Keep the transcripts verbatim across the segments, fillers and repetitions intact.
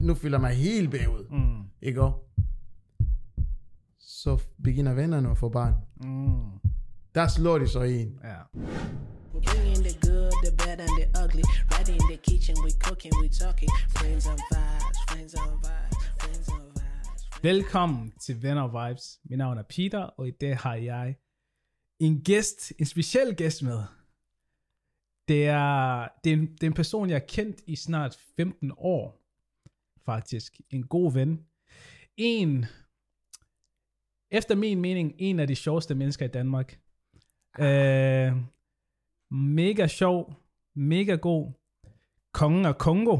nu føler jeg mig helt bagud. Mm. Ikke også? Så begynder vennerne at få barn. Mm. Der slår de så en. Ja. We're bringing the good, the bad and the ugly. Right in the kitchen, we cooking, we talking. Friends and vibes, friends and vibes, friends and vibes. Velkommen til Venner Vibes. Mit navn er Peter, og i dag har jeg en gæst, en speciel gæst med. Det er, det er, en, det er en person, jeg har kendt i snart femten år, faktisk. En god ven. En, efter min mening, en af de sjoveste mennesker i Danmark. Øh, mega sjov, mega god. Kongen af Kongo.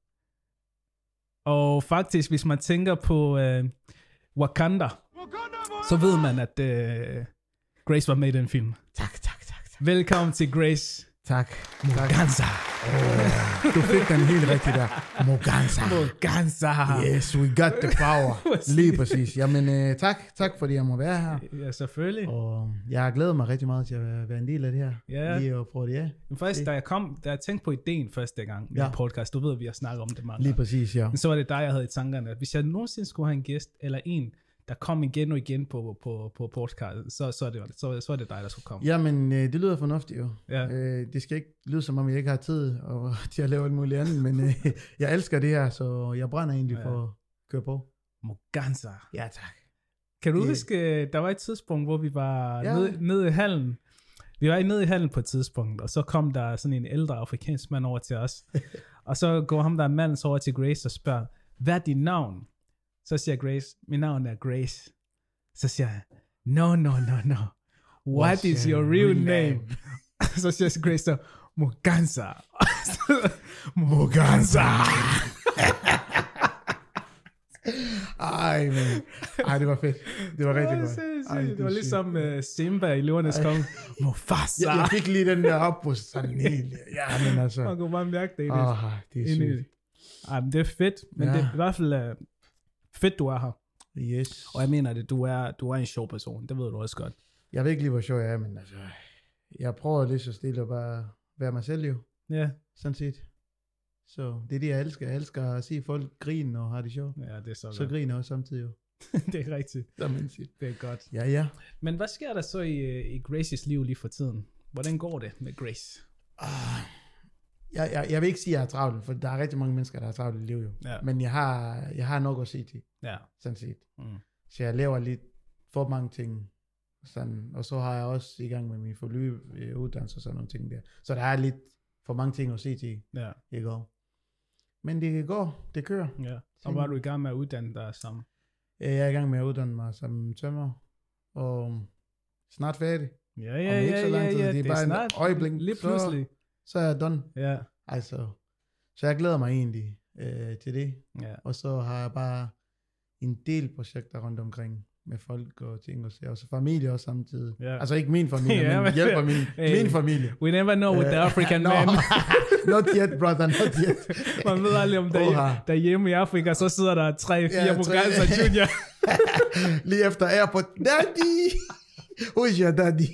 Og faktisk, hvis man tænker på øh, Wakanda, så ved man, at øh, Grace var med i den film. Tak, tak, tak. tak. Velkommen til Grace. Tak. Muganza. Oh, du fik den helt rigtigt der. Muganza. Muganza. Yes, we got the power. Lige præcis. Jamen, øh, tak. Tak, fordi jeg må være her. Ja, selvfølgelig. Og jeg har glædet mig rigtig meget til at være en del af det her. Ja. Lige at prøve det af. Men faktisk, da jeg kom, da jeg tænkte på ideen første gang med Ja. ja. podcast, du ved, at vi har snakket om det mange Lige gange. præcis, ja. Men så var det dig, jeg havde i tankerne. Hvis jeg nogensinde skulle have en gæst, eller en, der kom igen og igen på, på, på podcast, så, så, er det, så, så er det dig, der skulle komme. Jamen, øh, det lyder fornuftigt jo. Ja. Øh, det skal ikke lyde som om, jeg ikke har tid og, til at lave alt muligt andet, men øh, jeg elsker det her, så jeg brænder egentlig Ja. for at køre på. Muganza. Ja, tak. Kan du Ja. huske, der var et tidspunkt, hvor vi var Ja. nede, nede i hallen. Vi var nede i hallen på et tidspunkt, og så kom der sådan en ældre afrikansk mand over til os. Og så går ham der mand så over til Grace og spørger, hvad er dit navn? Så siger Grace, mit navn er Grace. Så siger jeg, no, no, no, no. What What's is your your real real name? name? Så siger Grace så, Muganza. Muganza. Ej, men. Ej, det var fedt. Det var rigtig godt. Ej, Det var er ligesom uh, Simba i Løvernes Konge. Mufasa. Jeg, jeg fik lige den der op på sådan helt. Ja, men altså. Man kunne bare mærke det. Åh, oh, det er Inde i sygt. det. Ej, men det er fedt, men Ja. det er i hvert fald uh, fedt, du er her. Yes. Og jeg mener det, du er, du er en sjov person, det ved du også godt. Jeg ved ikke lige, hvor sjov jeg er, men altså. Jeg prøver lige så stille at bare være mig selv jo. Ja, Sådan set. Så det er det, jeg elsker. Jeg elsker at se folk grine og har det sjovt. ja det er så, Så godt. griner jeg også samtidig jo. Det er rigtigt. Så man siger. Det er godt. Ja, ja. Men hvad sker der så i, øh, i Graces liv lige for tiden? Hvordan går det med Grace? Ah, jeg, jeg, jeg vil ikke sige, at jeg er travlt, for der er rigtig mange mennesker, der har travlt i livet jo. Ja. Men jeg har, jeg har nok at se til, Ja. sådan set. Mm. Så jeg laver lidt for mange ting. Sådan, og så har jeg også i gang med min forløb, øh, uddannelse og sådan nogle ting der. Så der er lidt for mange ting at se til. Ja. Det går. Men det går, det kører. Ja. Og var du i gang med at uddanne dig som? Øh, Jeg er i gang med at uddanne mig som tømrer. Og snart færdig. Ja, Om ja, ikke ja, så lang ja, tid, ja. det er bare en snart. øjeblik, Lige så- pludselig. Så er jeg done. Ja. Altså, så jeg glæder mig egentlig øh, til det. Ja. Og så har jeg bare en del projekter rundt omkring med folk og ting og sager. Og så familie også samtidig. Ja. Altså ikke min familie, Ja, men men- hjælper min, Hey. min familie. We never know with the Øh, African no, man. not yet, brother, not yet. Man ved aldrig, om der, Oha. derhjemme i Afrika, så sidder der tre, fire Ja, ja, tre- Muganza Junior. Lige efter airport. Daddy! Who's your daddy?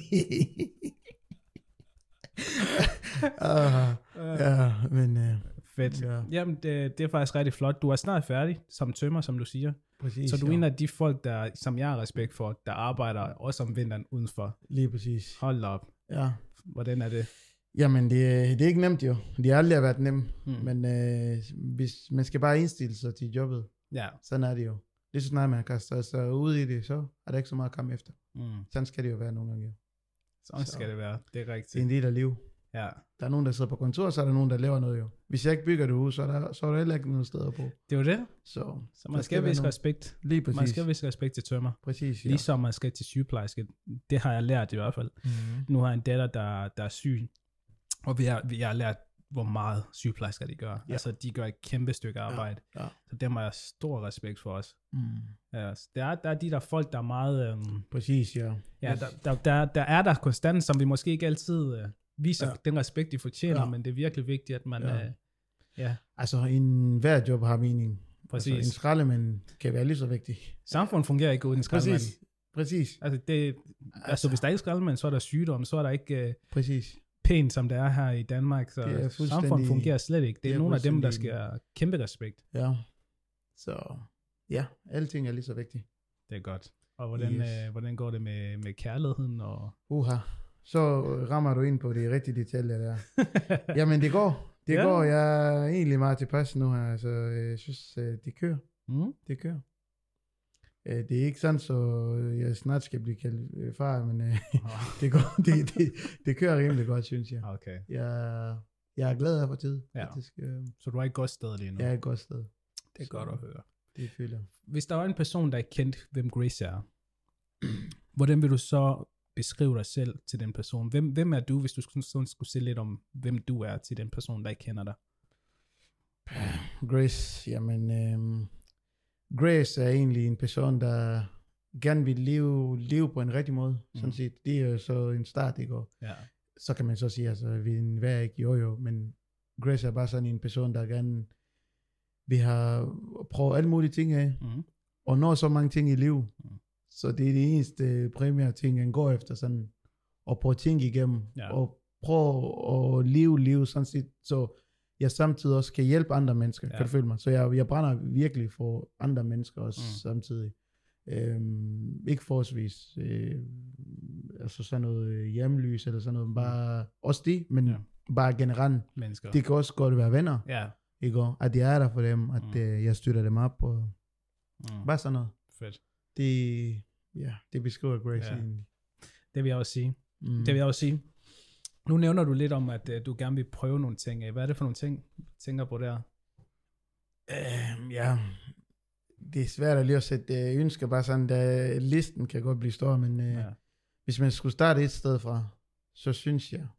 uh, ja, men uh, Fedt. Ja. Jamen, det, det er faktisk rigtig flot. Du er snart færdig som tømmer, som du siger. præcis. Så du er ja. en af de folk, der, som jeg har respekt for, der arbejder også om vinteren udenfor. Lige præcis. Hold op. Ja. Hvordan er det? Jamen, det, det er ikke nemt jo. Det har aldrig været nemt. Hmm. Men øh, hvis, man skal bare indstille sig til jobbet. Ja. Sådan er det jo. Lige så snart man kaster sig ud i det, så er der ikke så meget at komme efter. Mm. Sådan skal det jo være nogle gange jo. Sådan Så. skal det være. Det er Det er rigtigt. en del af liv. Ja. Der er nogen, der sidder på kontor, så er der nogen, der laver noget jo. Hvis jeg ikke bygger det hus, så er der, så er der heller ikke noget sted at bo. Det er jo det. Så, Så man der skal være vise nogen- respekt. Lige præcis. Man skal vise respekt til tømmer. Præcis, ja. Ligesom man skal til sygeplejerske. Det har jeg lært i hvert fald. Mm-hmm. Nu har jeg en datter, der, der er syg. Og vi har, vi har lært, hvor meget sygeplejersker de gør. Ja. Altså, de gør et kæmpe stykke arbejde. Ja. Så dem har jeg stor respekt for os. Mm. Ja, så der, er, der er de der folk, der er meget... Øhm, Præcis, ja. ja, Yes. der, der, der, der er der konstant, som vi måske ikke altid øh, viser Ja. ja. den respekt, de fortjener, Ja. men det er virkelig vigtigt, at man... Ja. Ja, øh, ja Altså, en hver job har mening. præcis. Altså, en skraldemand kan være lige så vigtig. Samfundet fungerer ikke uden skraldemand. Præcis. Præcis. Altså, det, altså, hvis der ikke er skraldemand, så er der sygdom, så er der ikke øh, Præcis. pænt, som det er her i Danmark. Så Det er fuldstændig- samfundet fungerer slet ikke. Det er, det er nogle af dem, der fuldstændig- skal have kæmpe respekt. Ja. Så ja, alting er lige så vigtigt. Det er godt. Og hvordan, Yes. øh, hvordan går det med, med kærligheden? Og... Uha, så rammer du ind på de rigtige detaljer der. Jamen det går, det Ja. går. Jeg er egentlig meget tilpas nu her, så jeg synes, øh, det kører. Mm. Det kører. Øh, Det er ikke sådan, så jeg snart skal blive kaldt øh, far, men øh, det, går, det, det, det kører rimelig godt, synes jeg. Okay. Jeg, jeg er glad her for tid, Ja. faktisk. Øh, Så du er ikke godt sted lige nu? Jeg er et godt sted. Det er Så godt at høre. Det føler jeg. Hvis der var en person, der ikke kendte, hvem Grace er, hvordan vil du så beskrive dig selv til den person? Hvem, hvem er du, hvis du skulle, sådan skulle sige lidt om, hvem du er til den person, der ikke kender dig? Grace, jamen, øhm, Grace er egentlig en person, der gerne vil leve, leve på en rigtig måde. Mm. Sådan set, det er jo så en start, ikke? Og Ja. så så kan man så sige, altså, vi er ikke jo jo, men Grace er bare sådan en person, der gerne vil have prøvet alle mulige ting af, Mm. og når så mange ting i liv, Mm. så det er det eneste primære ting, han går efter, sådan, og prøve at tænke igennem, Ja. og prøve at leve liv, sådan set, så jeg samtidig også kan hjælpe andre mennesker, Ja. kan du føle mig? Så jeg, jeg brænder virkelig for andre mennesker også Mm. mm. samtidig. Øhm, ikke forholdsvis, øh, altså sådan noget øh, hjemlys, eller sådan noget, bare, også det, men Ja. ja. bare generelt, Mennesker. det kan også godt være venner, Ja. ikke? Og at jeg er der for dem, at Mm. mm. øh, jeg støtter dem op, og Mm. bare sådan noget. Fedt. Det, ja, det beskriver Grace Ja. ja. egentlig. Det vil jeg også sige. Mm. Det vil jeg også sige. Nu nævner du lidt om, at uh, du gerne vil prøve nogle ting af. Hvad er det for nogle ting, du tænker på der? Øhm, ja, det er svært at lige at sætte øh, ønsker, bare sådan, da listen kan godt blive stor, men øh, Ja. ja. hvis man skulle starte et sted fra, så synes jeg,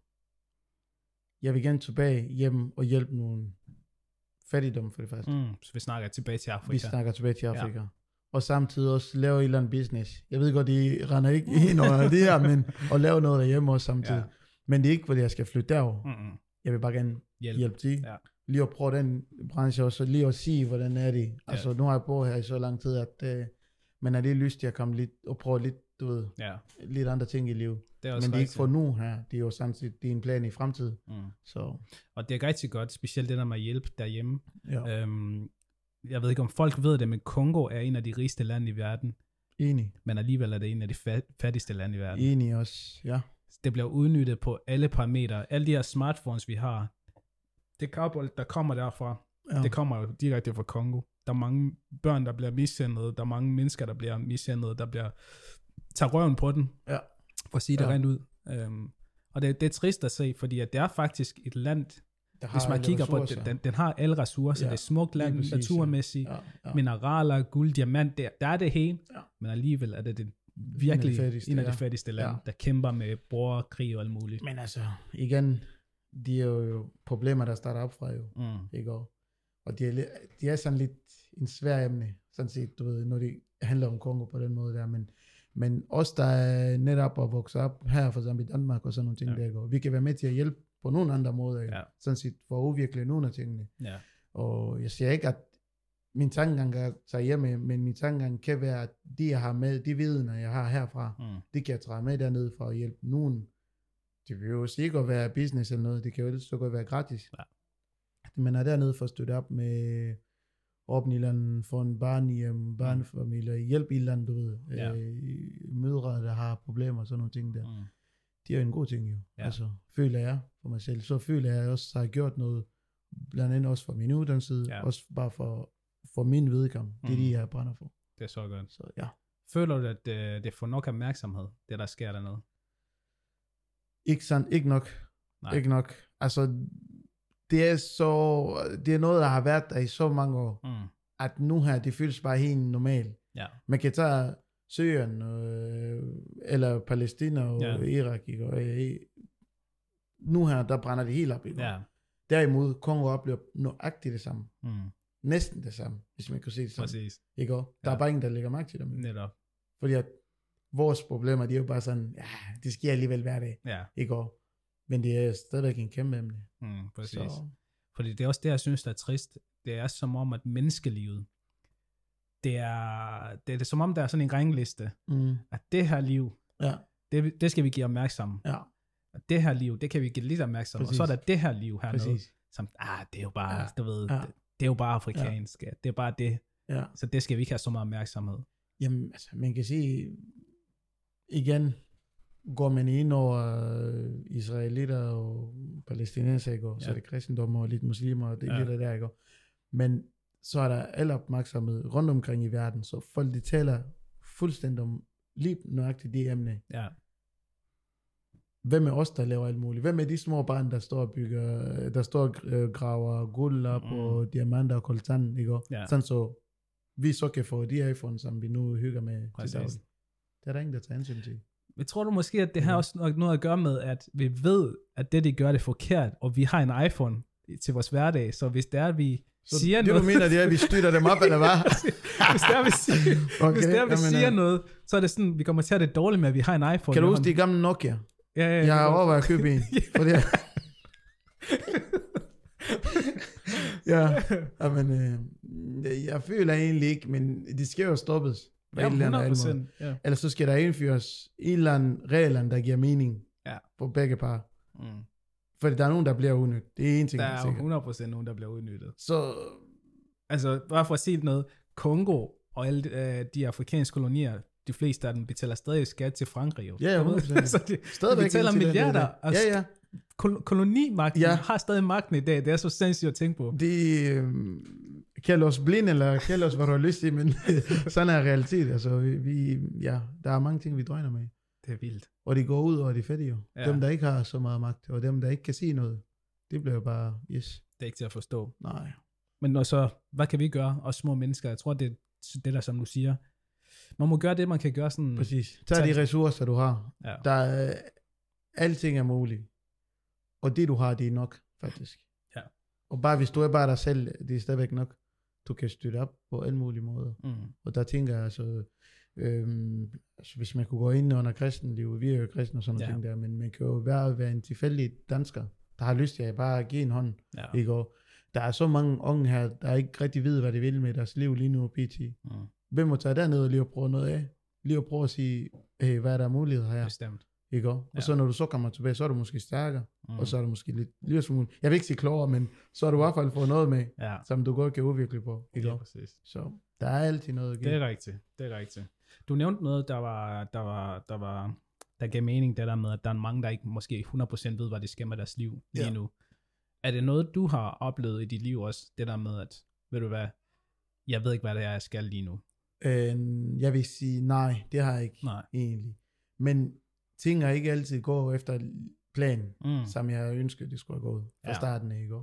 jeg vil gerne tilbage hjem og hjælpe nogen fattigdom for det første. Mm. Mm. Så vi snakker tilbage til Afrika. Vi snakker tilbage til Afrika. Ja. Ja. Og samtidig også lave et eller andet business. Jeg ved godt, de render ikke ind over det her, men at lave noget derhjemme også samtidig. Ja. Ja. Men det er ikke, fordi jeg skal flytte derover. Mm. Mm-mm. Jeg vil bare gerne Hjælp. hjælpe til. Ja. Lige at prøve den branche også, og lige at sige, hvordan er det. Altså, Ja. nu har jeg boet her i så lang tid, at uh, man er lidt lyst til at komme lidt og prøve lidt, du ved, Ja. lidt andre ting i livet. Det er også Men det er ikke rigtigt. for nu her. Det er jo samtidig, det er en plan i fremtiden. Mm. Så, Og det er rigtig godt, specielt det der med hjælp derhjemme. ja. Øhm, jeg ved ikke, om folk ved det, men Kongo er en af de rigeste lande i verden, Enig. men alligevel er det en af de fat- fattigste lande i verden. Enig også, ja. Det bliver udnyttet på alle parametre. Alle de her smartphones, vi har, det kabel, der kommer derfra, ja. det kommer jo direkte fra Kongo. Der er mange børn, der bliver mishandlet. Der er mange mennesker, der bliver mishandlet, der bliver tager røven på den, Ja. for at sige det Ja. rent ud. Øhm, og det, det er trist at se, fordi at det er faktisk et land, Der har hvis man alle kigger på ressourcer. det, den, den har alle ressourcer. Ja, Det er et smukt land, lige præcis, naturmæssigt, Ja, ja. mineraler, guld, diamant, der, der er det hele, Ja. men alligevel er det, det virkelig fattigste, en af de ja. fattigste lande, Ja. der kæmper med borgerkrig og alt muligt. Men altså, igen, de er jo problemer, der starter op fra jo. Mm. Ikke? Og, og de, er, li- de er sådan lidt en svær emne, sådan set, du ved, når det handler om Kongo på den måde der, men, men os, der er netop at vokse op her, for eksempel i Danmark og sådan nogle ting, Ja. ja. der går, vi kan være med til at hjælpe på nogle andre måder, Ja. ja. sådan set, for at udvikle nogle af tingene. Ja. Og jeg siger ikke, at min tankegang er tage hjemme, men min tankegang kan være, at de, jeg har med, de vidner, jeg har herfra, Mm. det kan jeg træde med dernede for at hjælpe nogen. Det vil jo sikkert være business eller noget, det kan jo så godt være gratis. Ja. Man er dernede for at støtte op med åbne et eller andet for en barnehjem, barnefamilier, hjælp i et eller andet, du ved, Ja. øh, mødre, der har problemer og sådan nogle ting der. Mm. Det er jo en god ting jo. Ja. Altså, føler jeg for mig selv. Så føler jeg også, at jeg har gjort noget, blandt andet også for min uddannelse, Ja. også bare for, for min vedkommende. Det er Mm. det, jeg brænder for. Det er så godt. Så ja. Føler du, at det, det får nok opmærksomhed, det der sker dernede? Ikke sådan, ikke nok. Nej. Ikke nok. Altså, det er så, det er noget, der har været der i så mange år, Mm. at nu her, det føles bare helt normalt. Ja. Man kan tage Syrien, øh, eller Palæstina og Ja. Irak, ikke? Og, øh, nu her, der brænder det helt op, ikke? Ja. Derimod, Kongo oplever nøjagtigt det samme. Mm. Næsten det samme, hvis man kan se det sådan. Præcis. Ikke? Og der Ja. er bare ingen, der lægger mærke til dem. Netop. Fordi at vores problemer, de er jo bare sådan, ja, det sker alligevel hver dag. Ja. Ikke? Og, men det er stadigvæk en kæmpe emne. Mm, præcis. Så, Fordi det er også det, jeg synes, der er trist. Det er som om, at menneskelivet, det er, det er som om, der er sådan en rangliste, mm, at det her liv, ja, det, det skal vi give opmærksom. ja, Og det her liv, det kan vi give lidt opmærksom. Og Præcis. så er der det her liv hernede, præcis. som, ah, det er jo bare, Ja. du ved, Ja. det, det er jo bare afrikansk. Ja. Det er bare det. Ja. Så det skal vi ikke have så meget opmærksomhed. Jamen, altså, man kan sige, igen, går man ind over israelitter og palæstinenser, ikke? Så Ja. er det kristendom og lidt muslimer, og det er Ja. ja. lidt der, ikke? Men så er der al opmærksomhed rundt omkring i verden, så folk de taler fuldstændig om lige nøjagtigt det emne. Ja. Hvem er os, der laver alt muligt? Hvem er de små børn, der står og bygger, der står og øh, graver guld op Mm. og diamanter og koltan, ikke? Ja. Sådan så vi så kan få de iPhone, som vi nu hygger med Præcis. til daglig. Det er der ingen, der tager hensyn til. Men tror du måske, at det har Ja. også noget- noget at gøre med, at vi ved, at det, de gør, det er forkert, og vi har en iPhone til vores hverdag, så hvis det er, at vi Så siger det, noget... du mener, det er, at vi støtter dem op, eller hvad? hvis det er, vi siger, Okay, hvis det er, vi jamen, siger øh, noget, så er det sådan, vi kommer til at have det dårligt med, at vi har en iPhone. Kan du i huske de hånden. gamle Nokia? Ja, ja, Jeg har det var- overvejet at købe en. For det ja, men øh, jeg føler egentlig ikke, men det skal jo stoppes. på Ja, en eller anden hundrede måde. procent. Ja. Eller så skal der indføres en eller anden regler, der giver mening Ja. for begge par. Mm. For der er nogen, der bliver udnyttet. Det er en ting, Der der er er jo sikkert. hundrede procent nogen, der bliver udnyttet. Så Altså, bare for at sige noget, Kongo og alle øh, de afrikanske kolonier, de fleste af dem betaler stadig skat til Frankrig. Jo. Ja, hundrede procent. så de, stadigvæk de betaler indtil den milliarder. dag. Og Ja, ja. kol- kolonimagten Ja. har stadig magten i dag. Det er så sindssygt at tænke på. Det øh, kalder os blind, eller kalder os, hvad du har lyst til, men sådan er realitet. Altså, vi, vi, ja, der er mange ting, vi drøner med. Det er vildt. Og de går ud over de fattige. Ja. Ja. Dem, der ikke har så meget magt, og dem, der ikke kan sige noget, det bliver bare, yes, Det er ikke til at forstå. nej. Men når så, hvad kan vi gøre, os små mennesker? Jeg tror, det er det der, som du siger. Man må gøre det, man kan gøre sådan... Præcis. Tag Tag- de ressourcer, du har. Ja. Der er, alting er muligt. Og det, du har, det er nok, faktisk. Ja. Og bare hvis du er bare dig selv, det er stadigvæk nok. Du kan støtte op på alle mulige måder. Mm. Og der tænker jeg, altså, øhm, altså hvis man kunne gå ind under kristenliv, vi er jo kristne og sådan Ja. noget ting der, men man kan jo være, være en tilfældig dansker, der har lyst til at bare give en hånd. Ja. Ikke? Og der er så mange unge her, der ikke rigtig ved, hvad de vil med deres liv lige nu, P T. Mm. Hvem må tage derned og lige og prøve noget af? Lige at prøve at sige, hey, hvad er der muligheder her? Bestemt. Ikke? Og Ja. så når du så kommer tilbage, så er du måske stærkere, Mm. og så er du måske lidt, lidt smule, jeg vil ikke sige klogere, men så har du i hvert fald fået noget med, Ja, som du godt kan udvikle på. Ikke? ja, Ja. præcis. Så der er altid noget at Det give. er rigtigt. Det er rigtigt. Du nævnte noget, der var, der var, der var, der gav mening, det der med, at der er mange, der ikke måske hundrede procent ved, hvad de skal med deres liv lige Ja. nu. Er det noget, du har oplevet i dit liv også, det der med, at, ved du hvad, jeg ved ikke, hvad det er, jeg skal lige nu. Øh, jeg vil sige, nej, det har jeg ikke Nej. egentlig. Men ting er ikke altid går efter planen, Mm. mm. som jeg ønskede, det skulle have gået fra Ja. ja. starten af, ikke?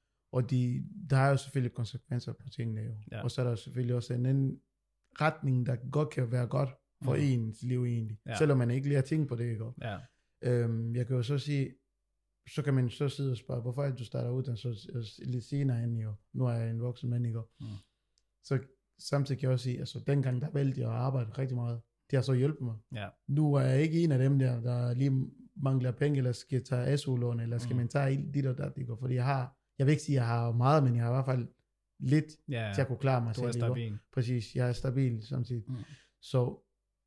Og de, der er jo selvfølgelig konsekvenser på tingene, jo. Ja. Og så er der selvfølgelig også en anden retning, der godt kan være godt for Mm. mm. ens liv egentlig. Ja. Ja. Selvom man ikke lige har tænkt på det, ikke? Ja. Øhm, jeg kan jo så sige, så kan man så sidde og spørge, hvorfor er det, du starter uddannelse så lidt senere end jo. Nu er jeg en voksen mand, ikke? Mm. Så samtidig kan jeg også sige, altså dengang der valgte jeg at arbejde rigtig meget. Det har så hjulpet mig. Ja. Nu er jeg ikke en af dem der, der lige mangler penge, eller skal tage S U-lån, eller skal Mm. mm. man tage dit og dat, ikke? Fordi jeg har, jeg vil ikke sige, at jeg har meget, men jeg har i hvert fald lidt Ja. ja. til at kunne klare mig Du er selv. ikke? stabil. Præcis, jeg er stabil samtidig. Mm. Så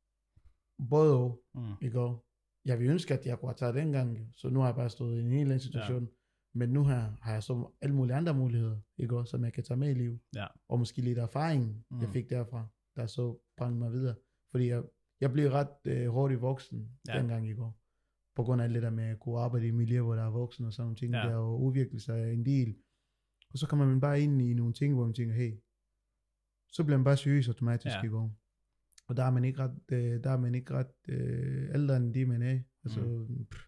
både og, Mm. ikke? Jeg vil ønske, at jeg kunne have taget dengang, jo. Så nu har jeg bare stået i en helt anden situation. Ja. Men nu her har jeg så alle mulige andre muligheder, ikke? Som jeg kan tage med i livet. Ja. Og måske lidt erfaring, Mm. mm. jeg fik derfra, der så bragte mig videre. Fordi jeg, jeg blev ret øh, hurtigt voksen Ja. ja. dengang i går. På grund af alt det der med at kunne arbejde i et miljø, hvor der er voksen og sådan nogle ting, Ja. ja. der og udvikle sig en del. Og så kommer man bare ind i nogle ting, hvor man tænker, hey, så bliver man bare seriøs automatisk Ja. i går. Og der er man ikke ret, øh, der er man ikke ret øh, ældre end det, man er. Altså Mm. pff,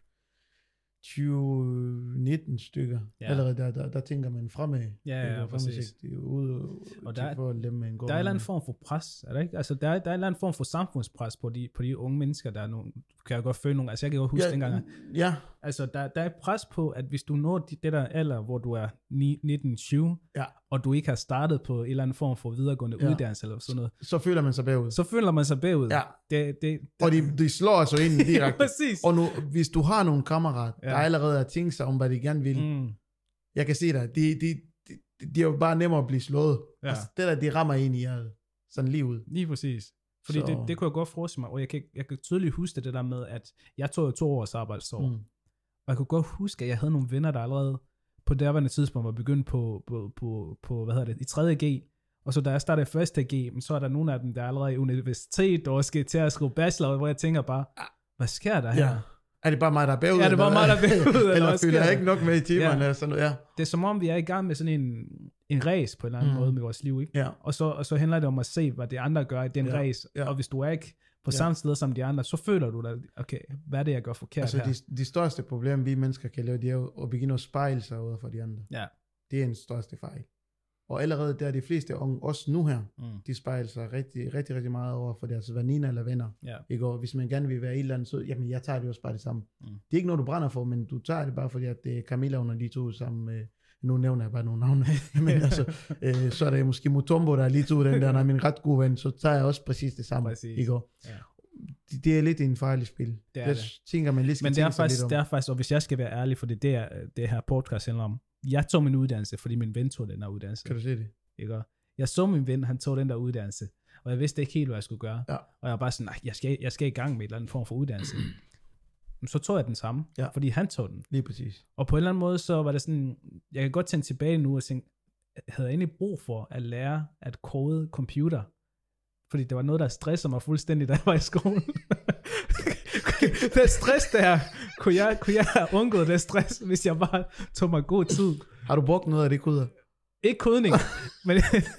tyve nitten stykker. Ja. Ja. Allerede der, der, der tænker man fremad. Ja, ja, Ikke? præcis. Fremad, ud Og og der der, er- for at dem med en god Der er en eller anden form for pres, er der ikke? Altså, der er, der er en eller anden form for samfundspres på de, på de unge mennesker, der er nogle, kan jeg godt føle nogle, altså jeg kan godt huske ja, dengang, ja, altså der, der er et pres på, at hvis du når de, det der alder, hvor du er nitten tyve, ja, og du ikke har startet på en eller anden form for videregående Ja. uddannelse eller sådan noget, så føler man sig bagud. så føler man sig bagud. Ja. Det, det, Og de, de slår altså ind direkte. præcis. Og nu, hvis du har nogle kammerater, Ja. ja. der allerede har tænkt sig om, hvad de gerne vil, mm. Mm, jeg kan se dig, de, de, de, de er jo bare nemmere at blive slået. Ja. Altså, det der, de rammer ind i hjertet. Sådan lige ud. lige præcis. Fordi Så- det, det kunne jeg godt forestille mig, og jeg kan, jeg kan tydeligt huske det der med, at jeg tog jo to års arbejdsår, mm. Mm. og jeg kunne godt huske, at jeg havde nogle venner, der allerede på derværende tidspunkt var begyndt på, på, på, på hvad hedder det, i tredje G, Og så da jeg startede første G, så er der nogle af dem, der er allerede i universitet, og skal til at skrive bachelor, hvor jeg tænker bare, hvad sker der her? Ja. Er det bare mig, der er bagud? Ja, det er bare mig, der er bagud. Eller, eller eller fylder jeg ikke nok med i timerne? Ja. Sådan noget, ja. Det er som om, vi er i gang med sådan en, en race på en eller anden mm. måde med vores liv, ikke? Ja. Og, så, og så handler det om at se, hvad de andre gør i den Ja. race. Ja. Og hvis du er ikke på Ja. samme sted som de andre, så føler du dig, okay, hvad er det, jeg gør forkert Altså, her? de, de største problemer, vi mennesker kan lave, det er jo at begynde at spejle sig ud for de andre. Ja. Det er en største fejl. Og allerede der, de fleste unge, også nu her, Mm. de spejler sig rigtig, rigtig, rigtig meget over for deres veninder eller venner. Ja. Ikke? Og hvis man gerne vil være i et eller andet, så jamen, jeg tager det også bare det samme. Mm. Det er ikke noget, du brænder for, men du tager det bare fordi, at det er Camilla under de to sammen med, nu nævner jeg bare nogle navne, men altså, øh, så er det måske Mutombo, der er lige to, den der, der er min ret gode ven, så tager jeg også præcis det samme. Præcis. Ikke? Ja. Det, det er lidt en farlig spil. Det er jeg det. tænker, man lige skal Men det er, tænke sig faktisk, lidt om. det er faktisk, og hvis jeg skal være ærlig, for det er det, det her podcast handler om. Jeg tog min uddannelse, fordi min ven tog den der uddannelse. Kan du se det? Ikke? Jeg så min ven, han tog den der uddannelse, og jeg vidste ikke helt, hvad jeg skulle gøre. Ja. Og jeg var bare sådan, nej, jeg skal, jeg skal i gang med et eller andet form for uddannelse. Men så tog jeg den samme, Ja. fordi han tog den. Lige præcis. Og på en eller anden måde, så var det sådan, jeg kan godt tænke tilbage nu og tænke, havde jeg egentlig brug for at lære at kode computer? Fordi det var noget, der stressede mig fuldstændig, da jeg var i skolen. Det stress der, kunne jeg, kunne jeg have undgået det stress, hvis jeg bare tog mig god tid. Har du brugt noget af det koder? Ikke kodning, men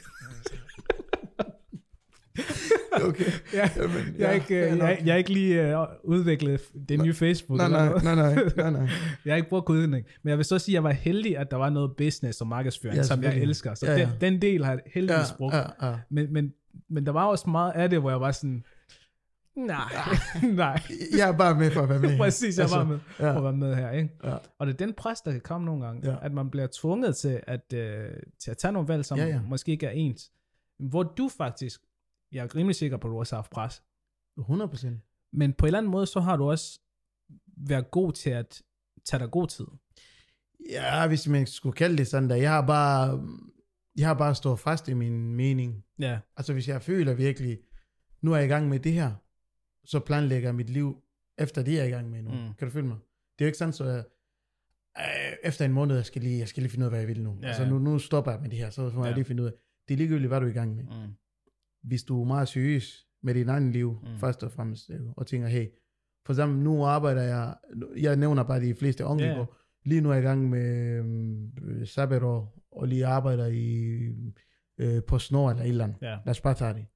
Okay. jeg, Jamen, jeg, er ikke, fair jeg, nok. jeg, jeg er ikke lige uh, udviklet det nye Facebook. Nej, eller nej, noget. nej, nej, nej, nej. Jeg har ikke brugt kodning. Men jeg vil så sige, at jeg var heldig, at der var noget business og markedsføring, Ja, som jeg selvfølgelig. elsker. Så Ja, ja. Den, den del har jeg heldigvis Ja, brugt. ja, ja. Men, men, men der var også meget af det, hvor jeg var sådan, nej, nej. Jeg er bare med for at være med. Præcis, jeg var med ja. for at være med her. Ikke? Ja. Og det er den pres, der kan komme nogle gange, Ja. at man bliver tvunget til at, øh, til at tage nogle valg, som Ja, ja. måske ikke er ens. Hvor du faktisk, jeg er rimelig sikker på, at du også har haft pres. hundrede procent. Men på en eller anden måde, så har du også været god til at tage dig god tid. Ja, hvis man skulle kalde det sådan der. Jeg har bare, jeg har bare stået fast i min mening. Ja, Altså hvis jeg føler virkelig, nu er jeg i gang med det her, så planlægger jeg mit liv efter det, jeg er i gang med nu. Mm. Kan du følge mig? Det er jo ikke sådan, så jeg, øh, efter en måned, jeg skal, lige, jeg skal lige finde ud af, hvad jeg vil nu. Ja, altså ja. nu, nu stopper jeg med det her, så må Ja. jeg lige finde ud af. Det er ligegyldigt, hvad du er i gang med. mm. Hvis du er meget seriøs med dit eget liv, Mm. mm. først og fremmest, ikke? Og tænker, hey, for eksempel nu arbejder jeg, jeg nævner bare de fleste unge, Ja. yeah. Lige nu er jeg i gang med øh, sabbatår, og lige arbejder i øh, på snor eller et eller andet. Ja. Lad os bare tage det.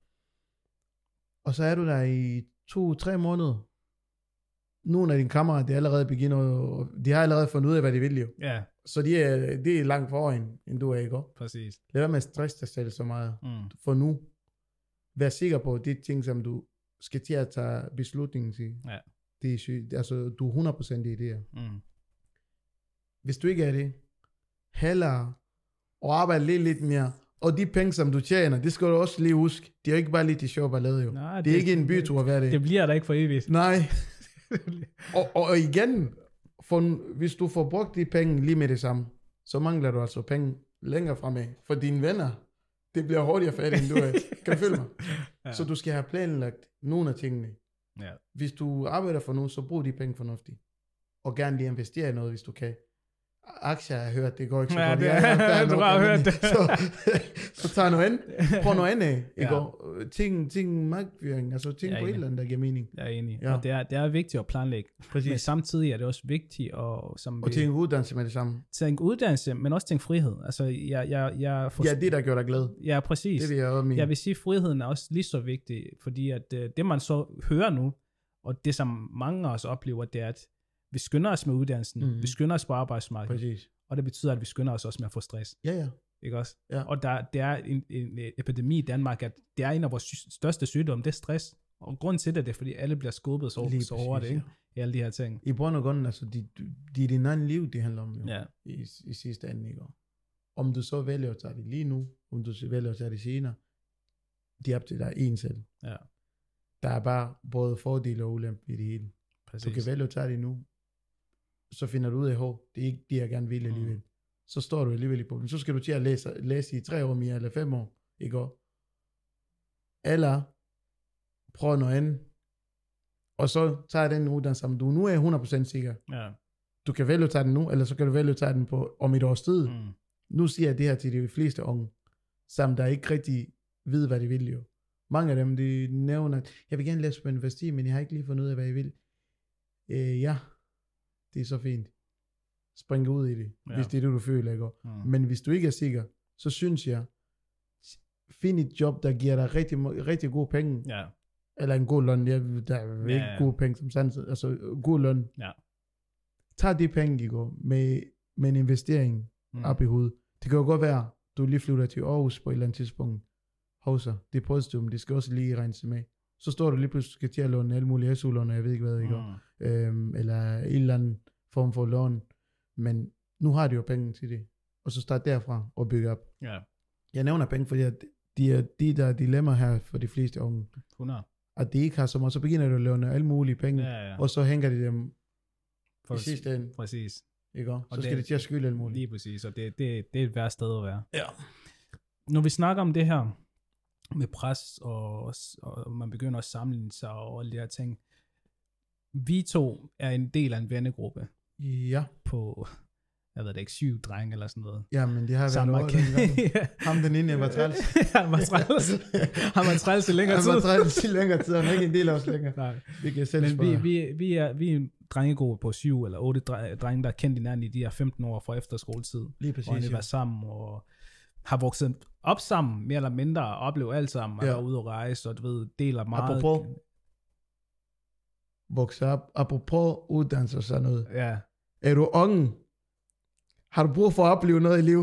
Og så er du der i to, tre måneder. Nogle af dine kammerater, de allerede begynder, de har allerede fundet ud af, hvad de vil jo. Ja, Så de er, de er langt foran, end du er i går. præcis. Lad være med at stresse dig selv så meget. Mm. For nu, vær sikker på, at de ting, som du skal til at tage beslutningen til, Ja. det er sygt. Altså, du er hundrede procent i det her. Mm. Hvis du ikke er det, hellere og arbejde lidt, lidt mere. Og de penge, som du tjener, det skal du også lige huske. Det er jo ikke bare lidt i sjov ballade jo. Nej, det, det er ikke en bytur hver dag. Det bliver der ikke for evigt. Nej. og, og, og igen, for, hvis du får brugt de penge lige med det samme, så mangler du altså penge længere fremad. For dine venner, det bliver hurtigere færdigt, end du er. Kan du følge mig? Ja. Så du skal have planlagt nogle af tingene. Ja. Hvis du arbejder for nogen, så brug de penge fornuftigt. Og gerne lige investere i noget, hvis du kan. Aktier, jeg har hørt, det går ikke så Ja, godt. det- Ja, fair du nok, har men- hørt det. Så, så tag noget andet. Prøv noget andet af. Ja. Ikke? Og ting, ting, magtføring, altså ting Jeg er på et enig. eller andet, der giver mening. Jeg er enig. Ja. Og det er, det er vigtigt at planlægge. Præcis. Men samtidig er det også vigtigt at som Og vi, tænke uddannelse med det samme. tænke uddannelse, men også tænke frihed. Altså, jeg, jeg, jeg forst- Ja, det der gør dig glad. ja, præcis. Det vil jeg også mene. Jeg vil sige, at friheden er også lige så vigtig, fordi at øh, det man så hører nu, og det som mange af os oplever, det er, at vi skynder os med uddannelsen, Mhm. vi skynder os på arbejdsmarkedet, Præcis. og det betyder, at vi skynder os også med at få stress. Ja, ja. Ikke også? Ja. Og der, der er en, en epidemi i Danmark, at det er en af vores sy- største sygdomme, det er stress. Og grunden til det, det er, fordi alle bliver skubbet så, Lige så over det, præcis, ikke? I alle de her ting. I bund og grund, altså, det de er din egen liv, det handler om jo. Ja. I, i sidste ende, ikke? Om du så vælger at tage det lige nu, om du så vælger at tage det senere, det er op til dig en selv. Ja, Der er bare både fordele og ulempe i det hele. præcis. Du kan vælge at tage det nu, så finder du ud af, at det er ikke det, jeg gerne vil alligevel. Mm. Så står du alligevel i problem. Så skal du til at læse, læse i tre år mere, eller fem år, ikke? Eller prøv noget andet, og så tager den uddannelse, som du nu er hundrede procent sikker. Ja. Du kan vælge at tage den nu, eller så kan du vælge at tage den på om et års tid. Mm. Nu siger jeg det her til de fleste unge. som der ikke rigtig ved, hvad de vil jo. Mange af dem, de nævner, jeg vil gerne læse på universitet, men jeg har ikke lige fundet ud af, hvad jeg vil. Øh, ja, det er så fint. Spring ud i det, ja. Hvis det er det, du føler, ikke? Mm. Men hvis du ikke er sikker, så synes jeg, find et job, der giver dig rigtig, rigtig gode penge. Ja. Eller en god løn. Ja, der er ikke ja, ja. gode penge, som sandt. Altså, god løn. Ja. Tag de penge, Igor, med, med en investering mm. op i hovedet. Det kan jo godt være, du lige flytter til Aarhus på et eller andet tidspunkt. Hovser, det er positivt, men det skal også lige regne sig med. Så står du lige pludselig, skal til at låne alle mulige S U-lån, og jeg ved ikke hvad, ikke? Mm. Øhm, eller en eller anden form for lån. Men nu har de jo penge til det. Og så start derfra og bygge op. Yeah. Jeg nævner penge, fordi de er de der dilemmaer her for de fleste unge. hundrede At de ikke har så meget, så begynder du at låne alle mulige penge, ja, ja. Og så hænger de dem for i sidste ende. Præcis. Ikke? Og så det, skal de til at skylde alle mulige. Lige præcis, og det, det, det er et værd sted at være. Ja. Når vi snakker om det her med pres, og, og man begynder at sammenligne sig og alle de her ting. Vi to er en del af en vennegruppe. Ja. På, jeg ved det ikke, syv drenge eller sådan noget. Ja, men det har været over den gang. Ham den inde, jeg var træls. Han var træls. Han var træls i længere tid. Han var træls i længere tid, han er ikke en del af os længere. Nej. Vi kan selv men vi, vi, vi, er, vi er en drengegruppe på syv eller otte drenge, der er kendt hinanden i de her femten år fra efterskoletid. Lige præcis, og de var sammen og har vokset op sammen, mere eller mindre, og oplevet alt sammen, ja. Og ude at rejse, og du ved, deler meget. Apropos vokse op, apropos uddannelse og sådan noget. Ja. Er du unge? Har du brug for at opleve noget i liv?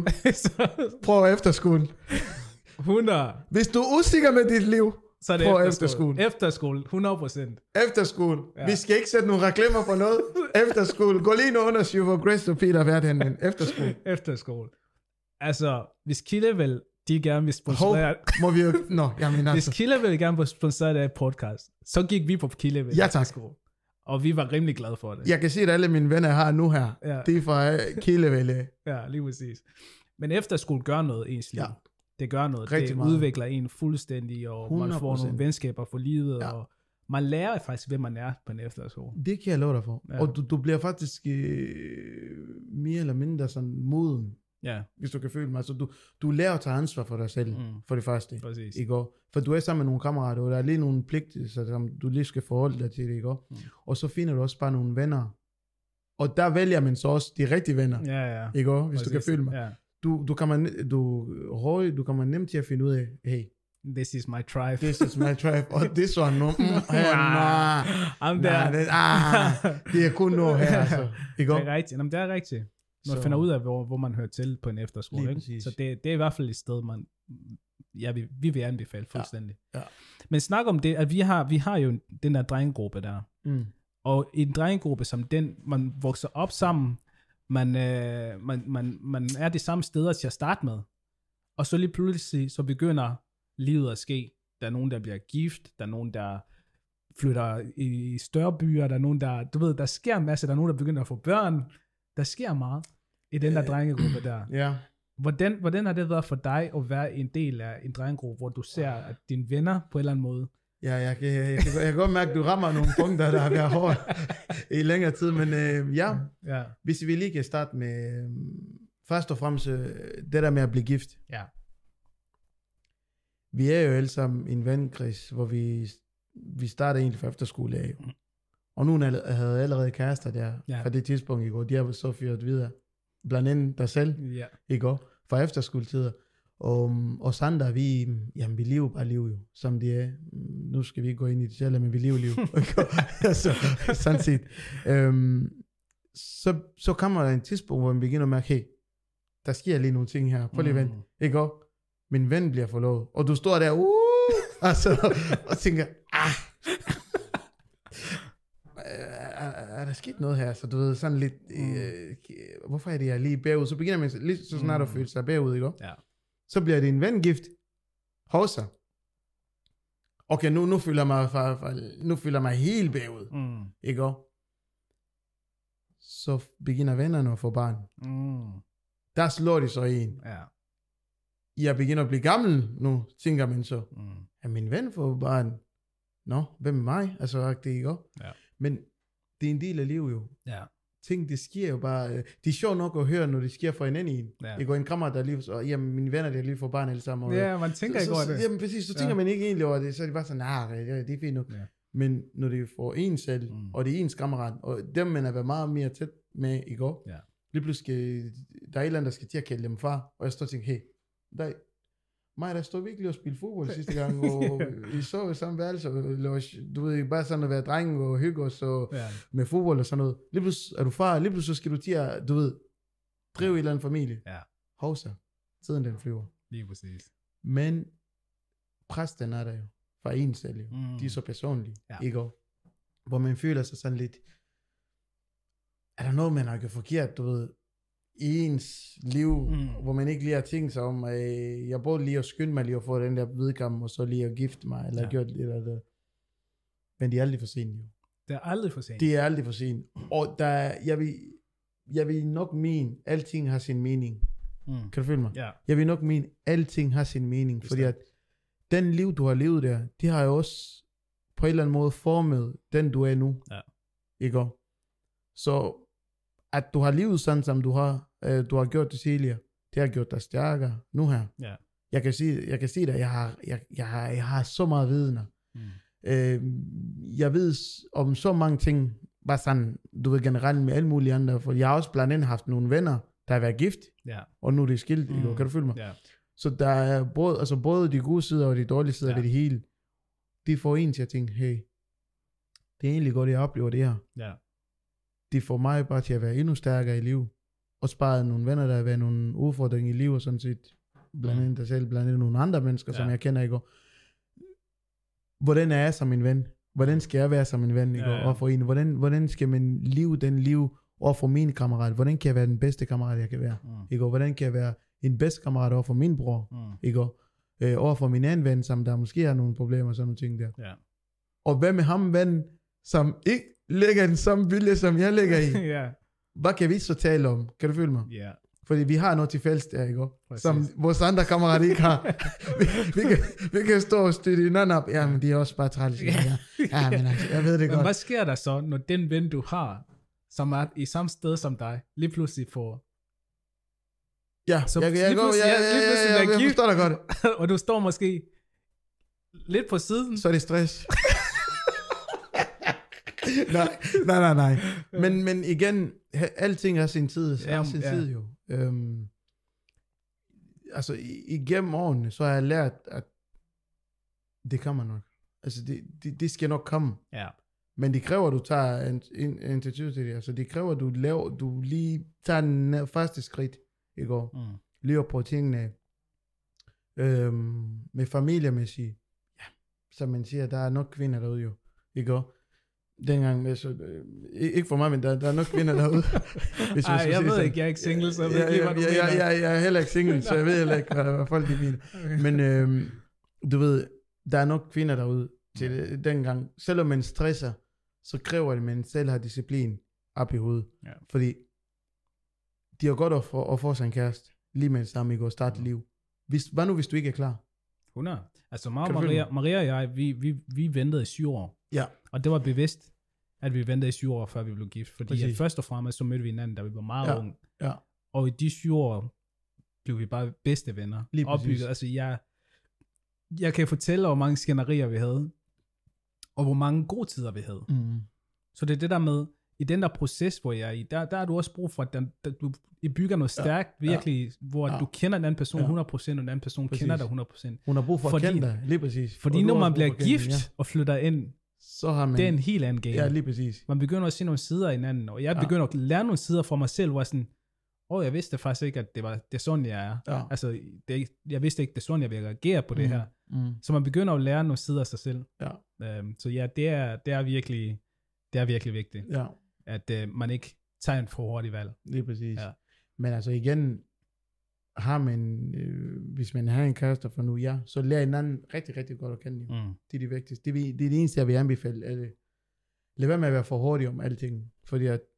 Prøv efterskolen. hundrede Hvis du er usikker med dit liv, så er det prøv efterskolen. Efterskolen, hundrede procent. Efterskole. Ja. Vi skal ikke sætte nogle reklamer for noget. Efterskole. Gå lige nu under syv, hvor Grace og Peter har været henne. Efterskole. Efterskole. Altså, hvis Kildevel, de gerne vil sponsorere... Hov, må vi jo... Nå, jamen altså. Hvis Kildevel gerne vil sponsorere et podcast, så gik vi på Kildevel. Ja, tak. Og vi var rimelig glade for det. Jeg kan se, at alle mine venner har nu her. Ja. Det er fra Kildevel. Ja, lige præcis. Men efterskole gør noget ens liv. Ja. Det gør noget. Rigtig det meget. udvikler en fuldstændig, og hundrede procent. Man får nogle venskaber for livet, ja. Og man lærer faktisk, hvem man er på en efterskole. Det kan jeg love dig for. Ja. Og du, du bliver faktisk øh, mere eller mindre sådan moden. Ja. Hvis du kan føle mig. Altså, du, du lærer at tage ansvar for dig selv, mm. for det første. Præcis. Ikke? For du er sammen med nogle kammerater, og der er lige nogle pligter, som du lige skal forholde dig til det. Ikke? Mm. Og så finder du også bare nogle venner. Og der vælger man så også de rigtige venner. Ja, ja. Ikke? Hvis Præcis. Du kan føle mig. Ja. Du, du kan man, du, du kan man nemt til at finde ud af, hey, this is my tribe. This is my tribe. Og this one, no. Mm, nah, I'm there. Nah, det, ah, det er kun noget her, altså. Ikke? Det er rigtigt. Jamen, det er rigtigt. Man så. Finder ud af, hvor, hvor man hører til på en efterskole. Ikke? Så det, det er i hvert fald et sted, man, ja, vi, vi vil anbefale fuldstændig. Ja. Ja. Men snak om det, at vi har, vi har jo den der drengegruppe der. Mm. Og en drengegruppe som den, man vokser op sammen, man, øh, man, man, man er de samme steder til at starte med. Og så lige pludselig, så begynder livet at ske. Der er nogen, der bliver gift, der er nogen, der flytter i større byer, der er nogen, der, du ved, der sker en masse, der er nogen, der begynder at få børn. Der sker meget i den der øh, drengegruppe der. Ja. Hvordan, hvordan har det været for dig at være en del af en drengegruppe, hvor du ser, at dine venner på en eller anden måde... Ja, jeg kan, jeg, kan, jeg kan godt mærke, at du rammer nogle punkter, der har været hårdt i længere tid, men øh, ja, ja, hvis vi lige kan starte med, øh, først og fremmest øh, det der med at blive gift. Ja. Vi er jo alle sammen en vennekreds, hvor vi, vi starter egentlig fra efterskole af. Mm. Og nogen havde allerede kærester der, ja. Fra det tidspunkt i går. De har så fyret videre. Blandt andet dig selv, ja. I går, fra efterskoletider. Og, og Sander, vi, jamen, vi lever bare liv jo, som det er. Nu skal vi ikke gå ind i det selv, men vi lever liv. så, sådan set. Øhm, så, så kommer der en tidspunkt, hvor man begynder at mærke, hey, der sker lige nogle ting her. Prøv lige vent. Ikke også? Min ven bliver forlovet. Og du står der, uh, altså, og tænker, ah, er, er der sket noget her? Så du ved, sådan lidt, øh, hvorfor er det jeg lige bagud? Så begynder man lidt så snart at føle sig bagud, ikke også? Ja. Så bliver det en vengift. Hovsa. Okay, nu, nu føler jeg mig, for, for, nu føler jeg mig helt bagud. Mm. Ikke også? Så begynder vennerne at få barn. Mm. Der slår de så en. Ja. Jeg begynder at blive gammel nu, tænker man så. Mm. Er min ven får barn? Nå, hvem er mig? Altså, det er ikke også? Ja. Men det er en del af livet jo. Ja. ting, det sker jo bare, øh, det er sjovt nok at høre, når det sker for en anden en. Ja. Jeg går en kammerat, der er lige, og jamen, mine venner, der er lige for barn alle sammen. Og, Ja, man tænker så, ikke over så, det. Jamen præcis, så tænker Ja. man ikke egentlig over det, så er det bare sådan, nej, det, det er fint nok. Ja. Men når det er for en selv, Mm. og det er ens kammerat, og dem man har været meget mere tæt med i går, Ja. lige pludselig, der er et eller andet, der skal til at kalde dem far, og jeg står og tænker, hey, der, mig der stod virkelig og spille fodbold sidste gang, og I så i samme værelse, og du ved, bare sådan at være dreng og hygge os og Ja. med fodbold og sådan noget. Lige pludselig er du far, lige pludselig skal du til at, du ved, drive et eller andet familie. Ja. Hovsa, tiden den flyver. Lige præcis. Men præsten er der jo, fra en selv jo. Mm. De er så personlige, Ja. ikke også? Hvor man føler sig sådan lidt, er der noget, man har gjort forkert, du ved, i ens liv, Mm. hvor man ikke lige har tænkt sig om, øh, jeg burde lige at skynde mig lige at få den der vedkamp, og så lige at gifte mig, eller Ja. ja. gjort lidt eller det. Men det er aldrig for sent, jo. Det er aldrig for sent. Det er aldrig for sent. Og der, er- jeg, vil, jeg vil nok mene, alting har sin mening. Mm. Kan du følge mig? Ja. Jeg vil nok mene, alting har sin mening, Bestemt. fordi at den liv, du har levet der, det har jo også på en eller anden måde formet den, du er nu. Ja. Ikke også? Så at du har levet sådan, som du har, øh, du har gjort det tidligere, det har gjort dig stærkere nu her. Ja. Jeg kan sige, jeg kan sige dig, jeg har, jeg, jeg har, jeg har så meget viden. Mm. Øh, jeg ved s- om så mange ting, bare sådan, du ved generelt med alle mulige andre, for jeg har også blandt andet haft nogle venner, der har været gift, Ja. og nu er det skilt, Mm. mm. kan du følge mig? Ja. Så der er både, altså både de gode sider og de dårlige sider Ja. ja. ved det hele, de får en til at tænke, hey, det er egentlig godt, jeg oplever det her. Ja. Det får mig bare til at være endnu stærkere i livet, og spare nogle venner, der har været nogle udfordringer i livet, og sådan set, blandt andet dig selv, blandt andet nogle andre mennesker, ja. som Ja. jeg kender, ikke? Og hvordan er jeg som en ven? Hvordan skal jeg være som en ven, ikke? Ja, ja. Og for en, hvordan, hvordan skal man leve den liv over for min kammerat? Hvordan kan jeg være den bedste kammerat, jeg kan være? Mm. Ikke? Og hvordan kan jeg være en bedste kammerat over for min bror? Mm. Ikke? Og, øh, over for min anden ven, som der måske har nogle problemer og sådan nogle ting der. Ja. Og hvad med ham ven, som ikke ligger i den samme vilje, som jeg ligger i? Ja. Hvad kan vi så tale om? Kan du følge mig? Ja. Fordi vi har noget til fælles der, ikke? Præcis. Som vores andre kammerater ikke har. vi, vi, kan, vi kan stå og støtte hinanden op. Ja, men de er også bare træls. Ja, ja, men altså, jeg ved det Men godt. hvad sker der så, når den ven, du har, som er i samme sted som dig, lige pludselig får... Ja, så jeg, jeg, lige jeg, jeg, pludselig- jeg, ja, lige jeg, pludselig jeg, bliver jeg gift. forstår dig godt. og du står måske lidt på siden. Så er det stress. nej, nej, nej, nej. Men, men igen, ha- alting har sin tid, Ja, har sin ja. tid jo. Øhm, altså, i- igennem årene, så har jeg lært, at det kommer nok. Altså, det, det, det skal nok komme. Ja. Men det kræver, at du tager en, en, en initiativ til det. Altså, det kræver, at du, laver, du lige tager den nær- første skridt i går. Mm. Lever på tingene øhm, med familiemæssigt. Ja, som man siger, der er nok kvinder derude jo. Ikke også? Dengang med så, øh, ikke for mig, men der, der er nok kvinder derude. Hvis Ej, skal jeg sige ved sådan. ikke, jeg er ikke single, så jeg ved Ja, ikke, ja, hvad du ja, mener. ja, ja, jeg er heller ikke single, så jeg ved heller ikke, hvad, hvad folk de mener. Men øhm, du ved, der er nok kvinder derude til det, dengang. Selvom man stresser, så kræver det, at man selv har disciplin op i hovedet. Ja. Fordi de har godt at få, at få sig en kæreste, lige med det samme, ikke? Og starte liv. Hvis, hvad nu, hvis du ikke er klar? hundrede. Altså mig og Kan du følge Maria, Maria og jeg, vi, vi, vi ventede i syv år. Ja. Og det var bevidst, at vi ventede i syv år, før vi blev gift. Fordi at Præcis. først og fremmest, så mødte vi hinanden, da vi var meget Ja. unge. Ja. Og i de syv år, blev vi bare bedste venner. Lige præcis. Opbygget. Altså jeg, jeg kan fortælle, hvor mange skænderier vi havde. Og hvor mange gode tider vi havde. Mm. Så det er det der med, i den der proces, hvor jeg er i, der, der har du også brug for, at den, der, du I bygger noget stærkt, ja. virkelig, hvor Ja. du kender den anden person Ja. hundrede procent, og den anden person Præcis. kender dig hundrede procent. Hun har brug for Fordi- at kende dig, lige præcis. Fordi Og du når har man også bliver brug for at kende gift hende, og flytter ind, ja. Så har man... det er en helt anden game. Ja, lige præcis. Man begynder at se nogle sider af hinanden, og jeg Ja. begynder at lære nogle sider fra mig selv, hvor jeg sådan, åh, jeg vidste faktisk ikke, at det var det er sådan, jeg er. Ja. Altså, det er ikke, jeg vidste ikke, det er sådan, jeg vil reagere på det Mm. her. Mm. Så man begynder at lære nogle sider af sig selv. Ja. Øhm, så ja, det er, det er virkelig, det er virkelig vigtigt, Ja, at øh, man ikke tager en for hurtig valg. lige præcis. Ja. Men altså igen, har man, øh, hvis man har en kæreste for nu, ja, så lær hinanden rigtig, rigtig godt at kende. Jo. Mm. Det er det vigtigste. Det, vil- det er det eneste, jeg vil anbefale. At, øh, lad være med at være for hurtig om alting. Fordi at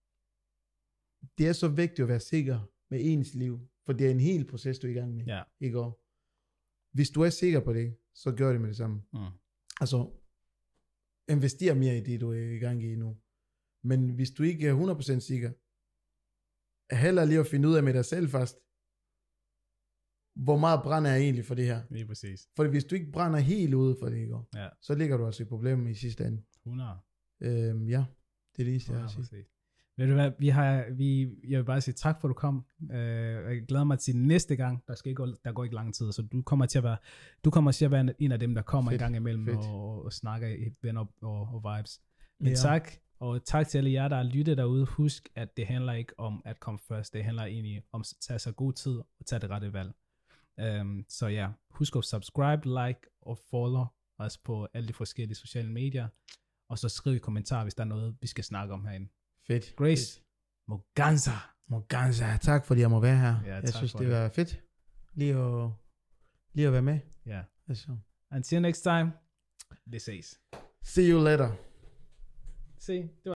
det er så vigtigt at være sikker med ens liv. For det er en hel proces, du er i gang med. Ja. Ikke også? Hvis du er sikker på det, så gør det med det samme. Mm. Altså, invester mere i det, du er i gang i nu. Men hvis du ikke er hundrede procent sikker, heller lige at finde ud af med dig selv først, hvor meget brænder jeg egentlig for det her? Lige præcis. For hvis du ikke brænder helt ude for det, ikke? Ja. Så ligger du altså i problemer i sidste ende. hundrede. Øhm, ja, det er det eneste, jeg har at sige. Præcis. Ved du hvad, vi har, vi, jeg vil bare sige tak for, at du kom. Uh, jeg glæder mig til næste gang. Der, skal ikke, der går ikke lang tid, så du kommer til at være, du kommer til at være en af dem, der kommer fedt, en gang imellem og, og snakker i venner og, og vibes. Men ja. tak, og tak til alle jer, der har lyttet derude. Husk, at det handler ikke om at komme først. Det handler egentlig om at tage sig god tid og tage det rette valg. Um, så ja, husk at subscribe, like og follow os på alle de forskellige sociale medier. Og så skriv i kommentarer, hvis der er noget, vi skal snakke om herinde. Fedt. Grace fedt. Moganza. Moganza. Tak fordi jeg må være her. Ja, jeg synes, det, det var fedt. Lige at, lige at være med. Ja. Altså. Until next time. Vi ses. See you later. Se, det var